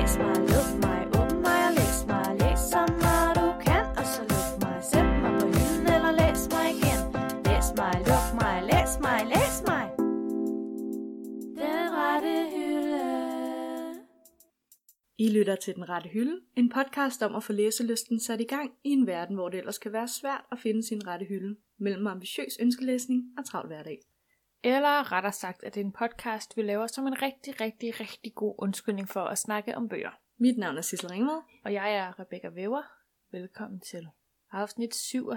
læs mig, luk mig, åbn mig og læs mig. Læs så meget du kan, og så luk mig. Sæt mig på hylden eller læs mig igen. Læs mig, luk mig, læs mig, læs mig. Den rette hylde. I lytter til Den Rette Hylde, en podcast om at få læselysten sat i gang i en verden, hvor det ellers kan være svært at finde sin rette hylde mellem ambitiøs ønskelæsning og travl hverdag. Eller rettere sagt, at det er en podcast, vi laver som en rigtig god undskyldning for at snakke om bøger. Mit navn er Sissel Ringvad. Og jeg er Rebecca Weber. Velkommen til afsnit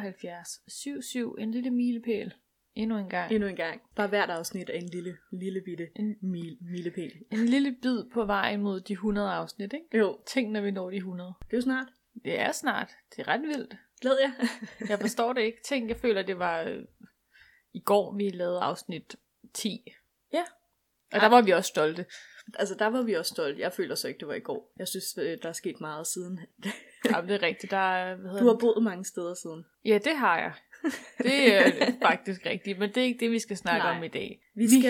77. 77, en lille milepæl. Endnu en gang. Bare hvert afsnit er en lille bitte milepæl. En lille bid på vejen mod de 100 afsnit, ikke? Jo. Tænk, når vi når de 100. Det er jo snart. Det er snart. Det er ret vildt. Glæd jeg. Jeg forstår det ikke. Tænk, jeg føler, det var i går, vi lavede afsnit 10. Ja. Og der var vi også stolte. Altså, der var vi også stolte. Jeg føler så ikke, det var i går. Jeg synes, der er sket meget siden. Ja, det er rigtigt. Du har boet mange steder siden. Ja, det har jeg. Det er faktisk rigtigt, men det er ikke det, vi skal snakke om i dag.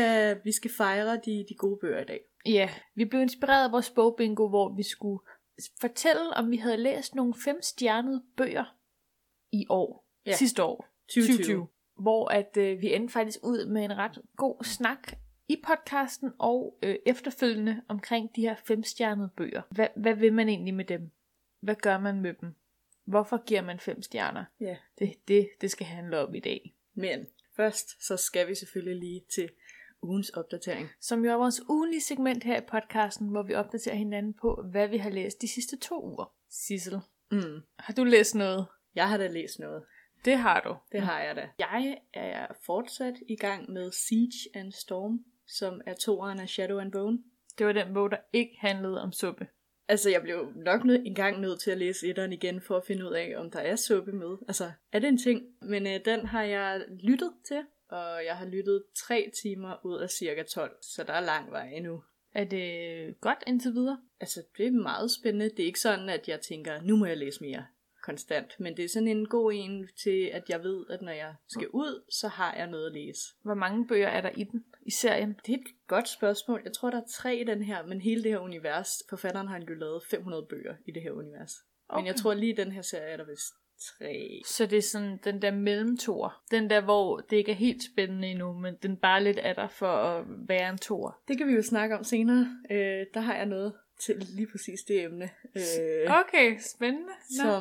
Vi skal fejre de gode bøger i dag. Ja, vi blev inspireret af vores bogbingo, hvor vi skulle fortælle, om vi havde læst nogle 5-stjernede bøger i år. Ja. Sidste år. 2020. Hvor at vi endte faktisk ud med en ret god snak i podcasten og efterfølgende omkring de her 5-stjernede bøger. Hvad vil man egentlig med dem? Hvad gør man med dem? Hvorfor giver man 5 stjerner? Ja. Det skal handle om i dag. Men først så skal vi selvfølgelig lige til ugens opdatering. Som jo er vores ugenlige segment her i podcasten, hvor vi opdaterer hinanden på, hvad vi har læst de sidste 2 uger. Sissel, har du læst noget? Jeg har da læst noget. Det har du. Det har jeg da. Jeg er fortsat i gang med Siege and Storm, som er 2'eren af Shadow and Bone. Det var den bog, der ikke handlede om suppe. Altså, jeg blev nok engang nødt til at læse 1'eren igen, for at finde ud af, om der er suppe med. Altså, er det en ting? Men den har jeg lyttet til, og jeg har lyttet 3 timer ud af cirka 12, så der er lang vej endnu. Er det godt indtil videre? Altså, det er meget spændende. Det er ikke sådan, at jeg tænker, nu må jeg læse mere konstant. Men det er sådan en god en til, at jeg ved, at når jeg skal ud, så har jeg noget at læse. Hvor mange bøger er der i serien? Det er et godt spørgsmål. Jeg tror, der er 3 i den her, men hele det her univers, forfatteren har jo lavet 500 bøger i det her univers. Okay. Men jeg tror lige i den her serie er der vist 3. Så det er sådan den der mellemtor. Den der, hvor det ikke er helt spændende endnu, men den bare lidt er der for at være en tor. Det kan vi jo snakke om senere. Der har jeg noget til lige præcis det emne. Okay, spændende.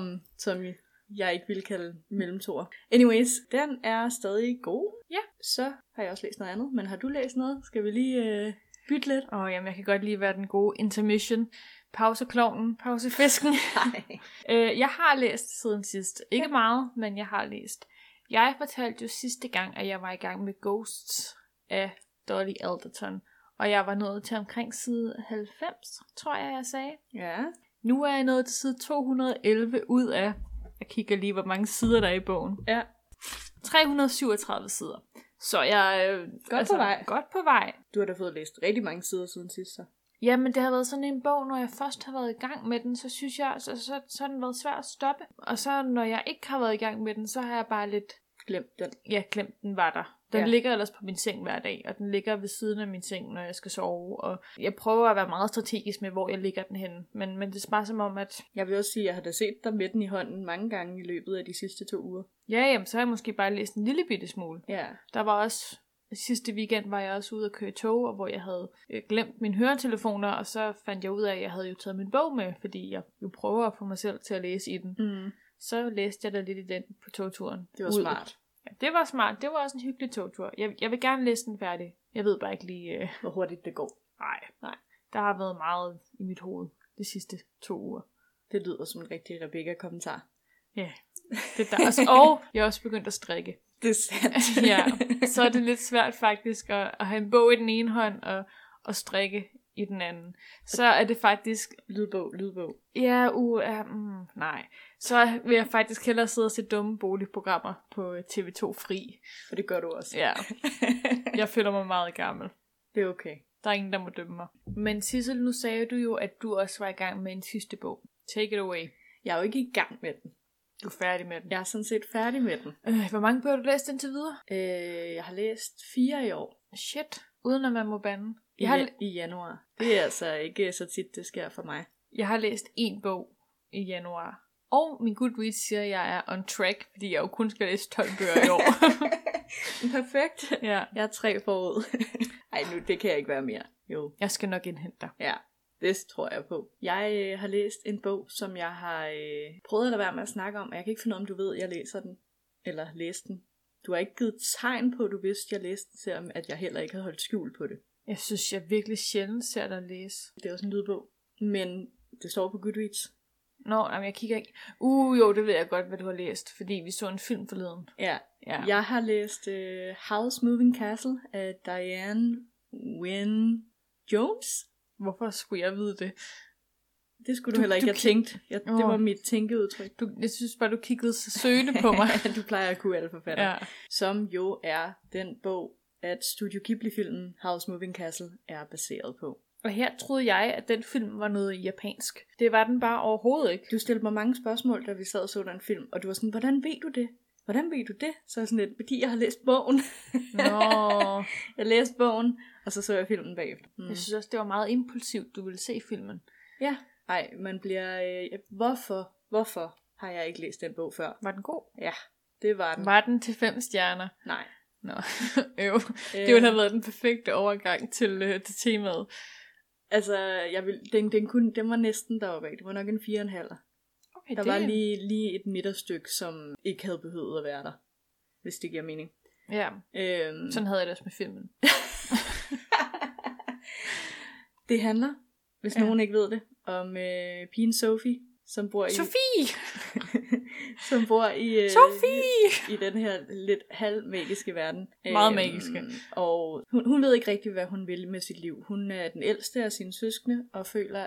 Som jeg ikke vil kalde mellemtor. Anyways, den er stadig god. Ja. Så har jeg også læst noget andet. Men har du læst noget? Skal vi lige bytte lidt? Jamen, jeg kan godt lige være den gode intermission. Pauseklovnen, pausefisken. Jeg har læst siden sidst. Ikke meget, men jeg har læst. Jeg fortalte jo sidste gang, at jeg var i gang med Ghosts af Dolly Alderton. Og jeg var nået til omkring side 90, tror jeg sagde. Ja. Nu er jeg nået til side 211 ud af, jeg kigger lige, hvor mange sider der er i bogen. Ja. 337 sider. Så jeg er godt på vej. Du har da fået læst rigtig mange sider siden sidst, så. Jamen, det har været sådan en bog, når jeg først har været i gang med den, så synes jeg, så har den været svær at stoppe. Og så når jeg ikke har været i gang med den, så har jeg bare lidt glemt den. Ja, glemt den var der. Den ligger ellers på min seng hver dag, og den ligger ved siden af min seng, når jeg skal sove. Og jeg prøver at være meget strategisk med, hvor jeg ligger den henne. Men det er bare som om, at... Jeg vil også sige, at jeg har da set dig med den i hånden mange gange i løbet af de sidste 2 uger. Ja, jamen, så har jeg måske bare læst en lille bitte smule. Ja. Der var også... Sidste weekend var jeg også ude at køre tog, og hvor jeg havde glemt mine høretelefoner, og så fandt jeg ud af, at jeg havde jo taget min bog med, fordi jeg jo prøver at få mig selv til at læse i den. Så læste jeg da lidt i den på togturen. Det var smart. Ja, det var smart. Det var også en hyggelig togtur. Jeg vil gerne læse den færdig. Jeg ved bare ikke lige... hvor hurtigt det går. Nej. Der har været meget i mit hoved de sidste 2 uger. Det lyder som en rigtig Rebecca-kommentar. Ja, det er der også. Og jeg er også begyndt at strikke. Det er sandt. Ja, så er det lidt svært faktisk at have en bog i den ene hånd og strikke i den anden. Så er det faktisk... Lydbog. Ja, nej. Så vil jeg faktisk hellere sidde og se dumme boligprogrammer på TV2 Fri. Og det gør du også. Ja. Jeg føler mig meget gammel. Det er okay. Der er ingen, der må dømme mig. Men Sissel, nu sagde du jo, at du også var i gang med en sidste bog. Take it away. Jeg er jo ikke i gang med den. Du er færdig med den. Jeg er sådan set færdig med den. Hvor mange bøger har du læst indtil videre? Jeg har læst 4 i år. Shit. Uden at man må bande. I januar. Det er altså ikke så tit, det sker for mig. Jeg har læst 1 bog i januar. Og min Goodreads siger, at jeg er on track, fordi jeg jo kun skal læse 12 bøger i år. Perfekt. Ja. Jeg er 3 forud. Ej, nu det kan jeg ikke være mere. Jo. Jeg skal nok indhente dig. Ja, det tror jeg på. Jeg har læst en bog, som jeg har prøvet at lade være med at snakke om, og jeg kan ikke finde ud af, om du ved, at jeg læser den. Eller læste den. Du har ikke givet tegn på, at du vidste, at jeg læste den, selvom at jeg heller ikke havde holdt skjul på det. Jeg synes, jeg virkelig sjældent ser dig læse. Det er også en lydbog. Men det står på Goodreads. Nå, jamen jeg kigger ikke. Jo, det ved jeg godt, hvad du har læst, fordi vi så en film forleden. Ja. Jeg har læst Howl's Moving Castle af Diane Wynne Jones. Hvorfor skulle jeg vide det? Det skulle du heller ikke have tænkt. Det var mit tænkeudtryk. Jeg synes bare, du kiggede så søgende på mig. Du plejer at kunne alle forfattere. Ja. Som jo er den bog, at Studio Ghibli-filmen Howl's Moving Castle er baseret på. Og her troede jeg, at den film var noget japansk. Det var den bare overhovedet ikke. Du stillede mig mange spørgsmål, da vi sad og så den film, og du var sådan, hvordan ved du det? Hvordan ved du det? Så er sådan lidt, fordi jeg har læst bogen. Nå. Jeg læste bogen, og så jeg filmen bagefter. Jeg synes også, det var meget impulsivt, du ville se filmen. Ja. Ej, man bliver... Hvorfor har jeg ikke læst den bog før? Var den god? Ja, det var den. Var den til 5 stjerner? Nej. Nå, det ville have været den perfekte overgang til temaet. Altså, den var næsten deroppe af. Det var nok en 4,5. Okay, der var lige et midterstykke, som ikke havde behøvet at være der. Hvis det giver mening. Ja, sådan havde jeg det også med filmen. Det handler, hvis nogen ikke ved det, om pigen Sophie, som bor i... som bor i... Sophie! I den her lidt halvmagiske verden. Meget magiske. Og hun ved ikke rigtig, hvad hun vil med sit liv. Hun er den ældste af sine søskende, og føler,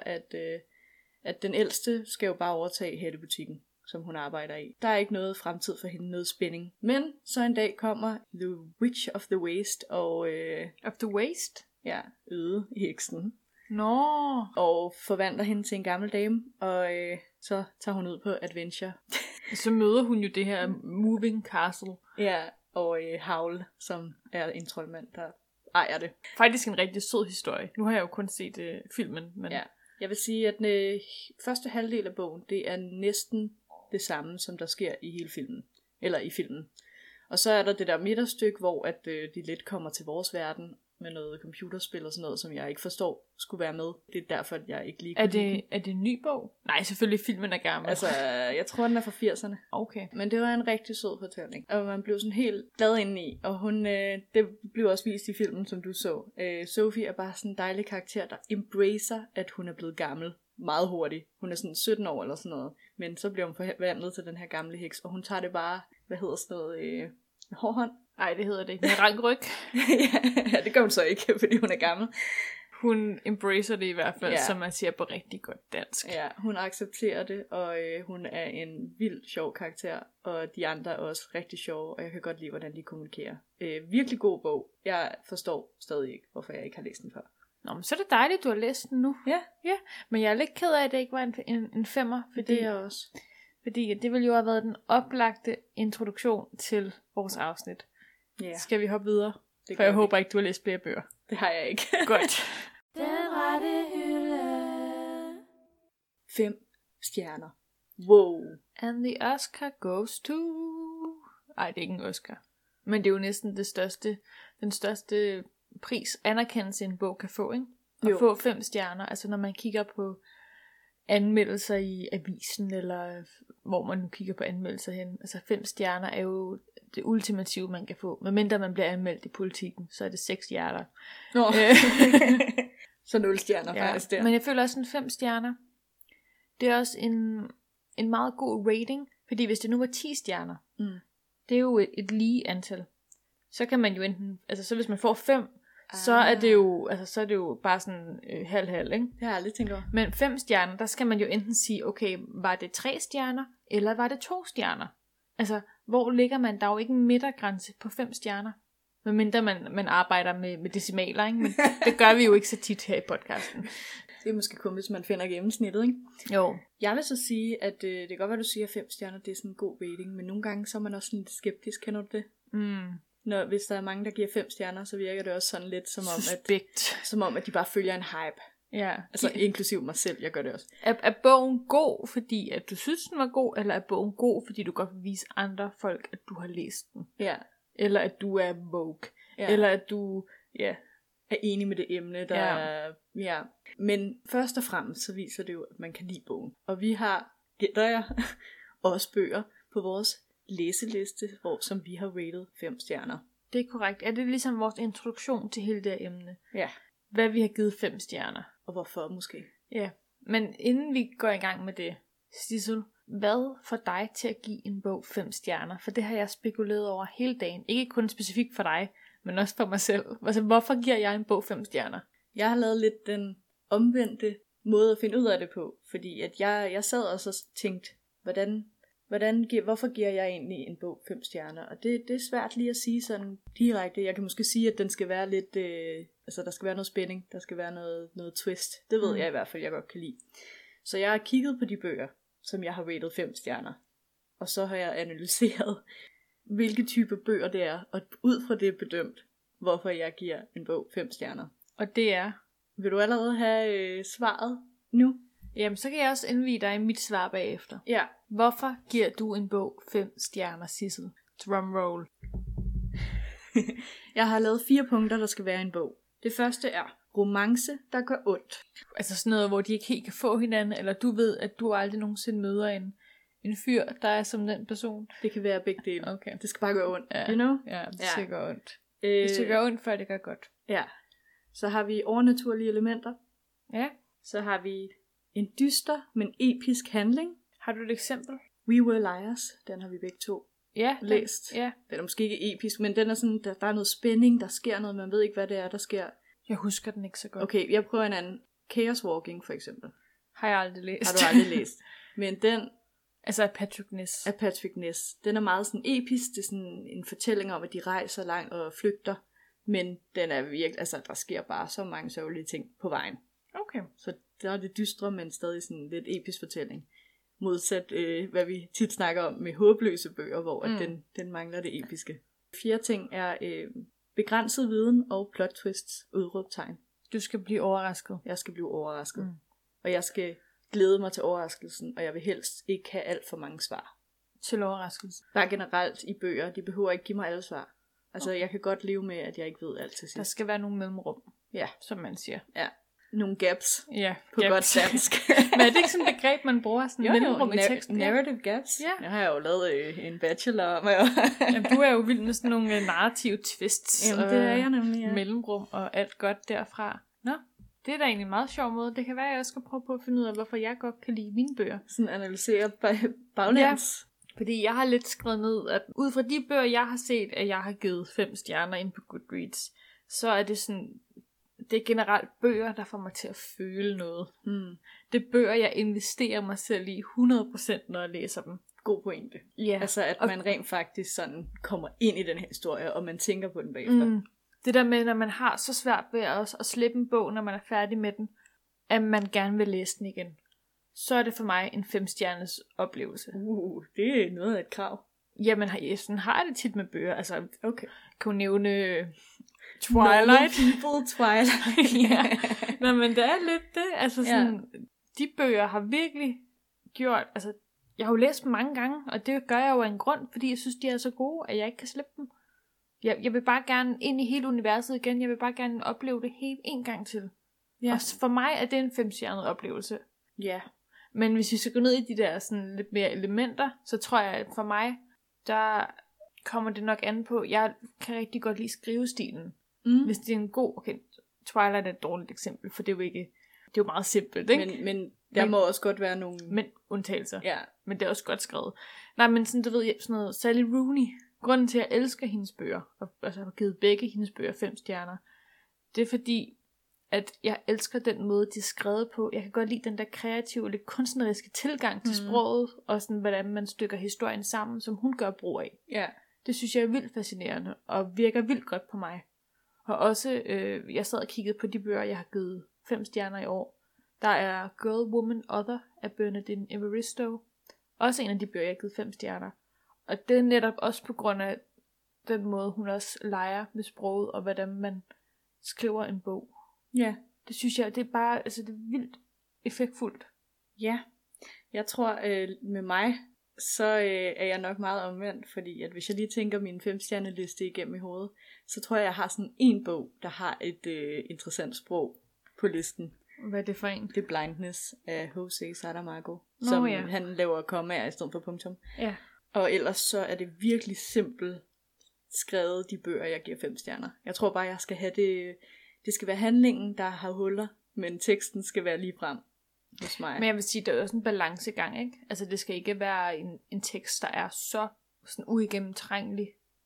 at den ældste skal jo bare overtage hættebutikken, som hun arbejder i. Der er ikke noget fremtid for hende, noget spænding. Men så en dag kommer The Witch of the Waste, og... Of the Waste? Ja, Ødeheksen. Nå. Og forvandler hende til en gammel dame, og så tager hun ud på adventure. Så møder hun jo det her moving castle. Ja, og Howl, som er en troldmand, der ejer det. Faktisk en rigtig sød historie. Nu har jeg jo kun set filmen. Men... Ja, jeg vil sige, at den første halvdel af bogen, det er næsten det samme, som der sker i hele filmen. Eller i filmen. Og så er der det der midterstykke, hvor at, de lidt kommer til vores verden, med noget computerspil og sådan noget, som jeg ikke forstår skulle være med. Det er derfor, at jeg ikke lige kunne Er det en ny bog? Nej, selvfølgelig filmen er gammel. Altså, jeg tror, den er fra 80'erne. Okay. Men det var en rigtig sød fortælling. Og man blev sådan helt glad indeni. Og hun, det blev også vist i filmen, som du så. Sophie er bare sådan en dejlig karakter, der embracer, at hun er blevet gammel meget hurtigt. Hun er sådan 17 år eller sådan noget. Men så bliver hun forvandlet til den her gamle heks, og hun tager det bare, hvad hedder sådan noget, hårdhånd. Nej, det hedder det ikke. Med rank ryg. Ja, det gør hun så ikke, fordi hun er gammel. Hun embracer det i hvert fald, som man siger på rigtig godt dansk. Ja, hun accepterer det, og hun er en vild sjov karakter, og de andre er også rigtig sjove, og jeg kan godt lide, hvordan de kommunikerer. Virkelig god bog. Jeg forstår stadig ikke, hvorfor jeg ikke har læst den før. Nå, men så er det dejligt, du har læst den nu. Ja. Men jeg er lidt ked af, at det ikke var en 5'er. Fordi det er også. Fordi det ville jo have været den oplagte introduktion til vores afsnit. Yeah. Skal vi hoppe videre? For jeg håber ikke, du har læst flere bøger. Det har jeg ikke. Godt. Den rette hylde. 5 stjerner. Wow. And the Oscar goes to... Ej, det er ikke en Oscar. Men det er jo næsten den største pris, anerkendelse en bog kan få, ikke? At få 5 stjerner. Altså når man kigger på anmeldelser i avisen, eller hvor man nu kigger på anmeldelser hen. Altså 5 stjerner er jo det ultimative, man kan få. Medmindre man bliver anmeldt i Politikken, så er det 6 hjerter. Så 0 stjerner faktisk der. Men jeg føler også en 5 stjerner. Det er også en meget god rating, fordi hvis det nu var 10 stjerner, det er jo et lige antal. Så kan man jo enten, altså så hvis man får 5, så er det jo bare sådan halv-halv, ikke? Det har jeg aldrig tænkt over. Men 5 stjerner, der skal man jo enten sige, okay, var det 3 stjerner, eller var det 2 stjerner? Altså, hvor ligger man? Der er jo ikke en midtergrænse på 5 stjerner. Medmindre man arbejder med decimaler, ikke? Men det gør vi jo ikke så tit her i podcasten. Det er måske kun, hvis man finder gennemsnittet, ikke? Jo. Jeg vil så sige, at det kan godt være, du siger, at 5 stjerner, det er sådan en god rating, men nogle gange så er man også lidt skeptisk, kender du det? Hvis der er mange, der giver 5 stjerner, så virker det også sådan lidt som om, at de bare følger en hype. Ja. Altså inklusiv mig selv, jeg gør det også. Er bogen god, fordi at du synes, den var god, eller er bogen god, fordi du godt vil vise andre folk, at du har læst den? Ja. Eller at du er woke? Ja. Eller at du er enig med det emne, der er... Ja. Men først og fremmest, så viser det jo, at man kan lide bogen. Og vi har, gætter jeg, også bøger på vores læseliste, som vi har rated 5 stjerner. Det er korrekt. Er det ligesom vores introduktion til hele det her emne? Ja. Hvad vi har givet 5 stjerner. Og hvorfor måske? Ja. Men inden vi går i gang med det, Sissel, hvad får dig til at give en bog 5 stjerner? For det har jeg spekuleret over hele dagen. Ikke kun specifikt for dig, men også for mig selv. Altså, hvorfor giver jeg en bog 5 stjerner? Jeg har lavet lidt den omvendte måde at finde ud af det på. Fordi at jeg sad også og tænkte, hvorfor giver jeg egentlig en bog 5 stjerner? Og det er svært lige at sige sådan direkte. Jeg kan måske sige, at den skal være lidt... der skal være noget spænding. Der skal være noget twist. Det ved jeg i hvert fald, jeg godt kan lide. Så jeg har kigget på de bøger, som jeg har rated 5 stjerner. Og så har jeg analyseret, hvilke type bøger det er. Og ud fra det bedømt, hvorfor jeg giver en bog 5 stjerner. Og det er... Vil du allerede have svaret nu? Jamen, så kan jeg også indvie dig i mit svar bagefter. Ja. Hvorfor giver du en bog 5 stjerner, Sissel? Drumroll. Jeg har lavet 4 punkter, der skal være i en bog. Det første er romance, der gør ondt. Altså sådan noget, hvor de ikke helt kan få hinanden, eller du ved, at du aldrig nogensinde møder en fyr, der er som den person. Det kan være begge dele. Okay. Det skal bare gøre ondt, ja. You know? Ja, det skal gøre ondt. Det skal gøre ondt, før det gør godt. Ja. Så har vi overnaturlige elementer. Ja. Så har vi en dyster, men episk handling. Har du et eksempel? We Were Liars, den har vi begge to læst. Ja. Den er måske ikke episk, men den er sådan, der er noget spænding, der sker noget, man ved ikke, hvad det er, der sker. Jeg husker den ikke så godt. Okay, jeg prøver en anden. Chaos Walking, for eksempel. Har jeg aldrig læst. Har du aldrig læst. Men den... Altså af Patrick Ness. Af Patrick Ness. Den er meget sådan episk. Det er sådan en fortælling om, at de rejser langt og flygter. Men den er virkelig... Altså, der sker bare så mange sørgelige ting på vejen. Okay. Så der er det dystre, men stadig sådan lidt episk fortælling. Modsat, hvad vi tit snakker om med håbløse bøger, hvor den mangler det episke. 4 ting er begrænset viden og plot twists, udråbstegn. Du skal blive overrasket. Jeg skal blive overrasket. Og jeg skal glæde mig til overraskelsen, og jeg vil helst ikke have alt for mange svar. Til overraskelsen? Bare generelt i bøger, de behøver ikke give mig alle svar. Altså, jeg kan godt leve med, at jeg ikke ved alt til sidst. Der skal være nogle mellemrum, ja, som man siger. Ja, nogle gaps, ja, på godt dansk. Men er det ikke sådan et begreb, man bruger? Sådan mellemrum i teksten? Narrative gaps. Ja. Jeg har jo lavet en bachelor om. Jamen, du er jo vild med sådan nogle narrative twists. Jamen, det er jeg nemlig, ja. Mellemrum og alt godt derfra. Nå, det er da egentlig en meget sjov måde. Det kan være, at jeg også skal prøve på at finde ud af, hvorfor jeg godt kan lide mine bøger. Sådan analysere baglæns. Ja, fordi jeg har lidt skrevet ned, at ud fra de bøger, jeg har set, at jeg har givet 5 stjerner ind på Goodreads, så er det sådan, det er generelt bøger, der får mig til at føle noget. Det er bøger, jeg investerer mig selv i 100%, når jeg læser dem. God pointe. Ja. Altså, at man rent faktisk sådan kommer ind i den her historie, og man tænker på den bagefter. Det der med, når man har så svært ved at slippe en bog, når man er færdig med den, at man gerne vil læse den igen, så er det for mig en 5-stjernes oplevelse. Det er noget af et krav. Jamen, sådan har jeg det tit med bøger. Altså, okay. Kan du nævne Twilight? Twilight. Ja. Nå, men det er lidt det. Altså, sådan, de bøger har virkelig gjort... Altså, jeg har jo læst dem mange gange, og det gør jeg jo af en grund, fordi jeg synes, de er så gode, at jeg ikke kan slippe dem. Jeg vil bare gerne ind i hele universet igen. Jeg vil bare gerne opleve det helt en gang til. Ja. Og for mig er det en 5-stjernet oplevelse. Ja. Men hvis vi skal gå ned i de der sådan lidt mere elementer, så tror jeg, at for mig, der kommer det nok an på, jeg kan rigtig godt lide skrivestilen. Hvis det er en god, okay, Twilight er et dårligt eksempel, for det er jo ikke, det er jo meget simpelt, ikke? Men der må også godt være nogle... Men undtagelser. Ja. Men det er også godt skrevet. Nej, men sådan, du ved, sådan noget, Sally Rooney, grunden til, at jeg elsker hendes bøger, og altså har givet begge hendes bøger 5 stjerner, det er fordi, at jeg elsker den måde, de er skrevet på. Jeg kan godt lide den der kreative, lidt kunstneriske tilgang til sproget, og sådan, hvordan man stykker historien sammen, som hun gør brug af. Ja. Det synes jeg er vildt fascinerende, og virker vildt godt på mig. Og også, jeg sad og kiggede på de bøger, jeg har givet 5 stjerner i år. Der er Girl, Woman, Other af Bernardine Evaristo. Også en af de bøger, jeg har givet 5 stjerner. Og det er netop også på grund af den måde, hun også leger med sproget, og hvordan man skriver en bog. Ja. Det synes jeg, det er bare, altså det er vildt effektfuldt. Ja, jeg tror med mig, så er jeg nok meget omvendt, fordi at hvis jeg lige tænker min 5-stjerneliste igennem i hovedet, så tror jeg har sådan en bog, der har et interessant sprog på listen. Hvad er det for en? Det er Blindness af H.C. Saramago, som han laver kommaer i stedet for punktum. Ja. Og ellers så er det virkelig simpelt skrevet, de bøger, jeg giver 5 stjerner. Jeg tror bare, jeg skal have det skal være handlingen, der har huller, men teksten skal være lige frem hos mig. Men jeg vil sige, der er også en balancegang, ikke? Altså det skal ikke være en tekst, der er så sådan uigennemtrængelig.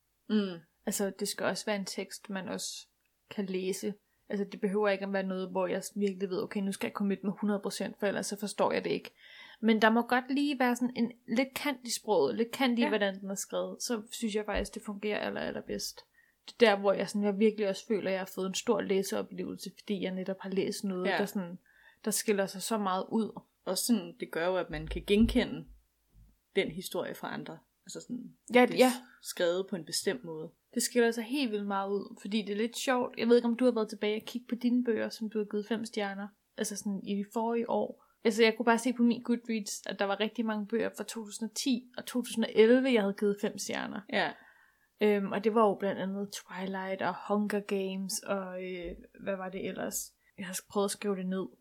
Altså det skal også være en tekst, man også kan læse. Altså det behøver ikke at være noget, hvor jeg virkelig ved, okay, nu skal jeg komme med 100%, for ellers så forstår jeg det ikke. Men der må godt lige være sådan en lidt kant i sproget, lidt kant i, hvordan den er skrevet. Så synes jeg faktisk, det fungerer allerbedst. Det er der, hvor jeg virkelig også føler, at jeg har fået en stor læseoplevelse, fordi jeg netop har læst noget, der skiller sig så meget ud. Og sådan, det gør jo, at man kan genkende den historie fra andre. Altså sådan, det er skrevet på en bestemt måde. Det skiller sig helt vildt meget ud, fordi det er lidt sjovt. Jeg ved ikke, om du har været tilbage og kigge på dine bøger, som du har givet 5 stjerner. Altså sådan i de forrige år. Altså jeg kunne bare se på min Goodreads, at der var rigtig mange bøger fra 2010 og 2011, jeg havde givet 5 stjerner. Ja. Og det var jo blandt andet Twilight og Hunger Games og hvad var det ellers? Jeg har prøvet at skrive det ned.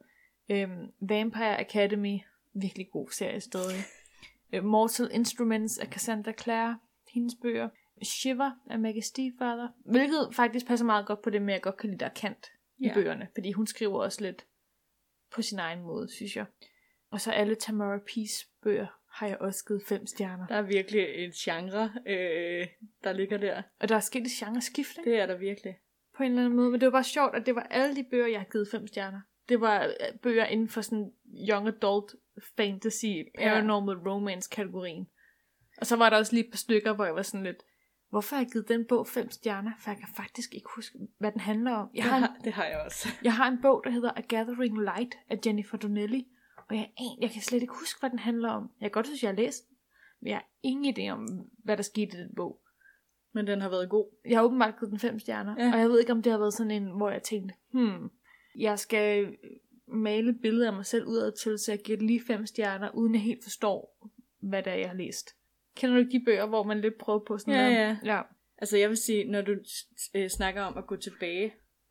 Vampire Academy, virkelig god serie stadig. Mortal Instruments af Cassandra Clare, hendes bøger. Shiver af Maggie Stiefvater, hvilket faktisk passer meget godt på det med, at jeg godt kan lide, der er kant i bøgerne, fordi hun skriver også lidt på sin egen måde, synes jeg. Og så alle Tamara Peace bøger har jeg også givet 5 stjerner. Der er virkelig et genre, der ligger der. Og der er sket et genreskift, ikke? Det er der virkelig. På en eller anden måde, men det var bare sjovt, at det var alle de bøger, jeg har givet 5 stjerner. Det var bøger inden for sådan young adult fantasy, paranormal romance kategorien. Og så var der også lige et par stykker, hvor jeg var sådan lidt, hvorfor har jeg givet den bog 5 stjerner? For jeg kan faktisk ikke huske, hvad den handler om. Det har jeg også. Jeg har en bog, der hedder A Gathering Light af Jennifer Donnelly. Og jeg kan slet ikke huske, hvad den handler om. Jeg kan godt synes, jeg har læst den. Men jeg har ingen idé om, hvad der skete i den bog. Men den har været god. Jeg har åbenbart givet den 5 stjerner. Ja. Og jeg ved ikke, om det har været sådan en, hvor jeg tænkte, jeg skal male et billede af mig selv udad til, så jeg giver det lige 5 stjerner, uden jeg helt forstår, hvad det er, jeg har læst. Kender du ikke de bøger, hvor man lidt prøver på sådan noget? Ja. Altså jeg vil sige, når du snakker om at gå tilbage,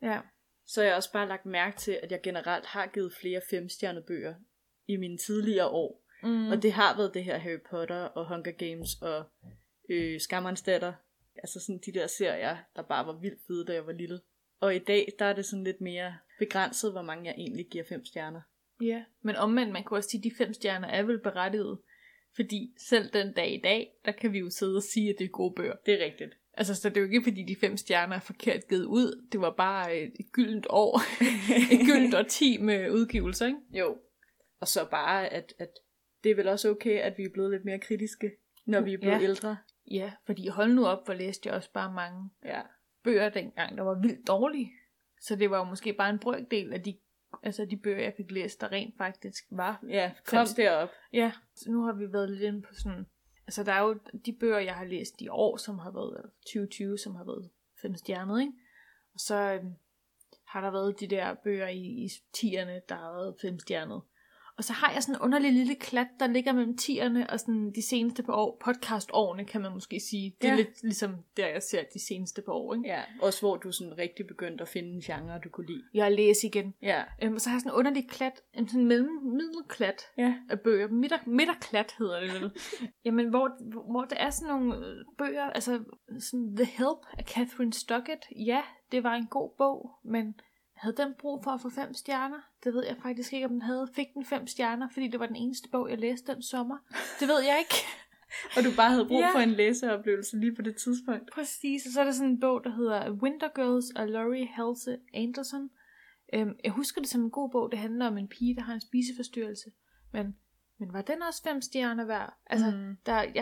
så har jeg også bare lagt mærke til, at jeg generelt har givet flere 5-stjernede bøger i mine tidligere år. Og det har været det her Harry Potter og Hunger Games og Skammerens Datter. Altså sådan de der serier, der bare var vildt fede, da jeg var lille. Og i dag, der er det sådan lidt mere begrænset, hvor mange jeg egentlig giver 5 stjerner. Ja, men omvendt, man kan også sige, at de 5 stjerner er vel berettiget. Fordi selv den dag i dag, der kan vi jo sidde og sige, at det er gode bøger. Det er rigtigt. Altså, så det er jo ikke, fordi de 5 stjerner er forkert givet ud. Det var bare et gyldent år. Et gyldent årti med udgivelser, ikke? Jo. Og så bare, at det er vel også okay, at vi er blevet lidt mere kritiske, når vi er blevet ældre. Ja, fordi hold nu op, hvor læste jeg også bare mange bøger dengang, der var vildt dårlige. Så det var jo måske bare en brøkdel af de bøger, jeg fik læst, der rent faktisk var. Ja, kom derop. Ja, så nu har vi været lidt inde på sådan. Altså der er jo de bøger, jeg har læst i år, som har været 2020, som har været 5 stjerner, ikke? Og så har der været de der bøger i 10'erne, der har været 5 stjerner. Og så har jeg sådan en underlig lille klat, der ligger mellem 10'erne og sådan de seneste par år. Podcast-årene, kan man måske sige. Det er lidt ligesom der, jeg ser de seneste par år, ikke? Ja, også hvor du sådan rigtig begyndte at finde en genre, du kunne lide. Jeg læser igen. Ja. Og så har jeg sådan en underlig klat, en sådan middelklat af bøger. Midterklat hedder det vel. Jamen, hvor der er sådan nogle bøger, altså sådan The Help af Catherine Stockett. Ja, det var en god bog, men havde den brug for at få 5 stjerner? Det ved jeg faktisk ikke, om den havde. Fik den 5 stjerner, fordi det var den eneste bog, jeg læste den sommer? Det ved jeg ikke. Og du bare havde brug for en læseoplevelse lige på det tidspunkt. Præcis, og så er der sådan en bog, der hedder Winter Girls af Laurie Halse Anderson. Jeg husker det som en god bog. Det handler om en pige, der har en spiseforstyrrelse. Men var den også 5 stjerner værd? Altså,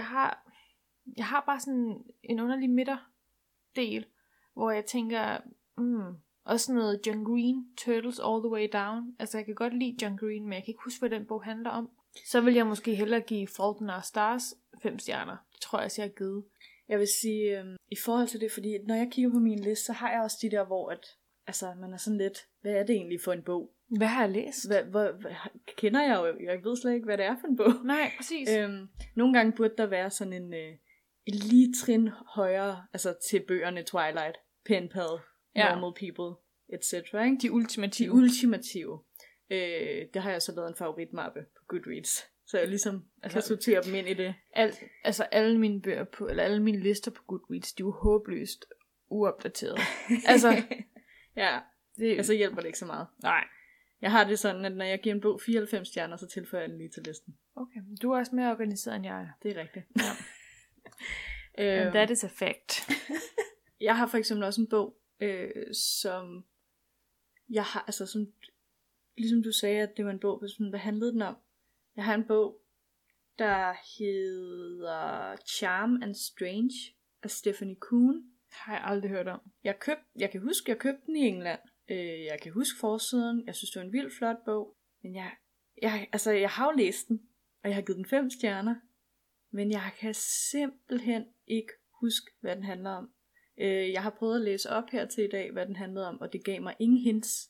jeg har bare sådan en underlig midterdel, hvor jeg tænker, også noget John Green, Turtles All the Way Down. Altså, jeg kan godt lide John Green, men jeg kan ikke huske, hvad den bog handler om. Så vil jeg måske hellere give Fault in Our Stars 5 stjerner. Det tror jeg, jeg har givet. Jeg vil sige, i forhold til det, fordi når jeg kigger på min liste, så har jeg også de der, hvor at altså man er sådan lidt, hvad er det egentlig for en bog? Hvad har jeg læst? Kender jeg jo, jeg ved slet ikke, hvad det er for en bog. Nej, præcis. Nogle gange burde der være sådan en lige trin højere, altså til bøgerne Twilight, Pen Pal, Normal People, etc. Ikke? De ultimative. De ultimative. Det har jeg så lavet en favoritmappe på Goodreads. Så jeg ligesom kan sortere dem ind i det. Alle mine bøger på, eller alle mine lister på Goodreads, de er jo håbløst uopdaterede. Altså, ja, så hjælper det ikke så meget. Nej. Jeg har det sådan, at når jeg giver en bog 94 stjerner, så tilføjer jeg den lige til listen. Okay, du er også mere organiseret end jeg er. Det er rigtigt. Ja. And that is a fact. Jeg har for eksempel også en bog, som jeg har, altså som, ligesom du sagde, at det var en bog, hvad handlede den om? Jeg har en bog, der hedder Charm and Strange af Stephanie Kuhn. Har jeg aldrig hørt om. Jeg kan huske, jeg købte den i England. Jeg kan huske forsiden. Jeg synes, det var en vildt flot bog. Men jeg har jo læst den, og jeg har givet den 5 stjerner. Men jeg kan simpelthen ikke huske, hvad den handler om. Jeg har prøvet at læse op her til i dag, hvad den handlede om, og det gav mig ingen hints.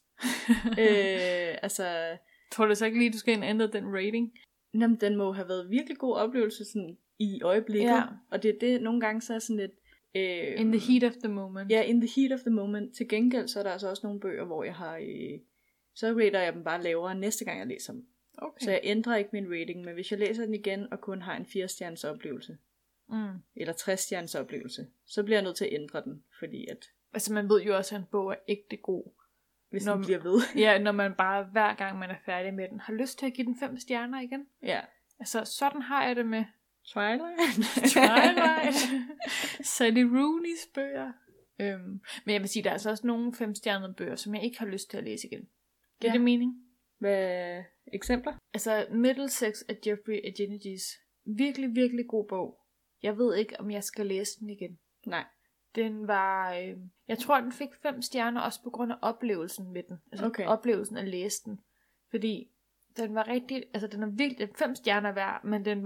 Tror du så ikke lige, du skal ændre den rating? Jamen, den må have været virkelig god oplevelse sådan, i øjeblikket. Ja. Og det er det, nogle gange så er sådan lidt... in the heat of the moment. Ja, in the heat of the moment. Til gengæld så er der altså også nogle bøger, hvor jeg har... så rater jeg dem bare lavere næste gang, jeg læser dem. Okay. Så jeg ændrer ikke min rating, men hvis jeg læser den igen, og kun har en 4-stjernes oplevelse, eller 60-stjernes oplevelse, så bliver jeg nødt til at ændre den, fordi at... Altså man ved jo også, at en bog er ægte god. Hvis den bliver ved. Ja, når man bare hver gang man er færdig med den, har lyst til at give den 5 stjerner igen. Ja. Altså sådan har jeg det med Twilight. Sally Rooney's bøger. Men jeg vil sige, der er altså også nogle 5-stjernede bøger, som jeg ikke har lyst til at læse igen. Giver det mening? Hvad eksempler? Altså Middlesex af Jeffrey Eugenides. Virkelig, virkelig god bog. Jeg ved ikke, om jeg skal læse den igen. Nej. Den var... jeg tror, den fik 5 stjerner også på grund af oplevelsen med den. Altså oplevelsen at læse den. Fordi den var rigtig... Altså den er virkelig 5 stjerner værd, men den var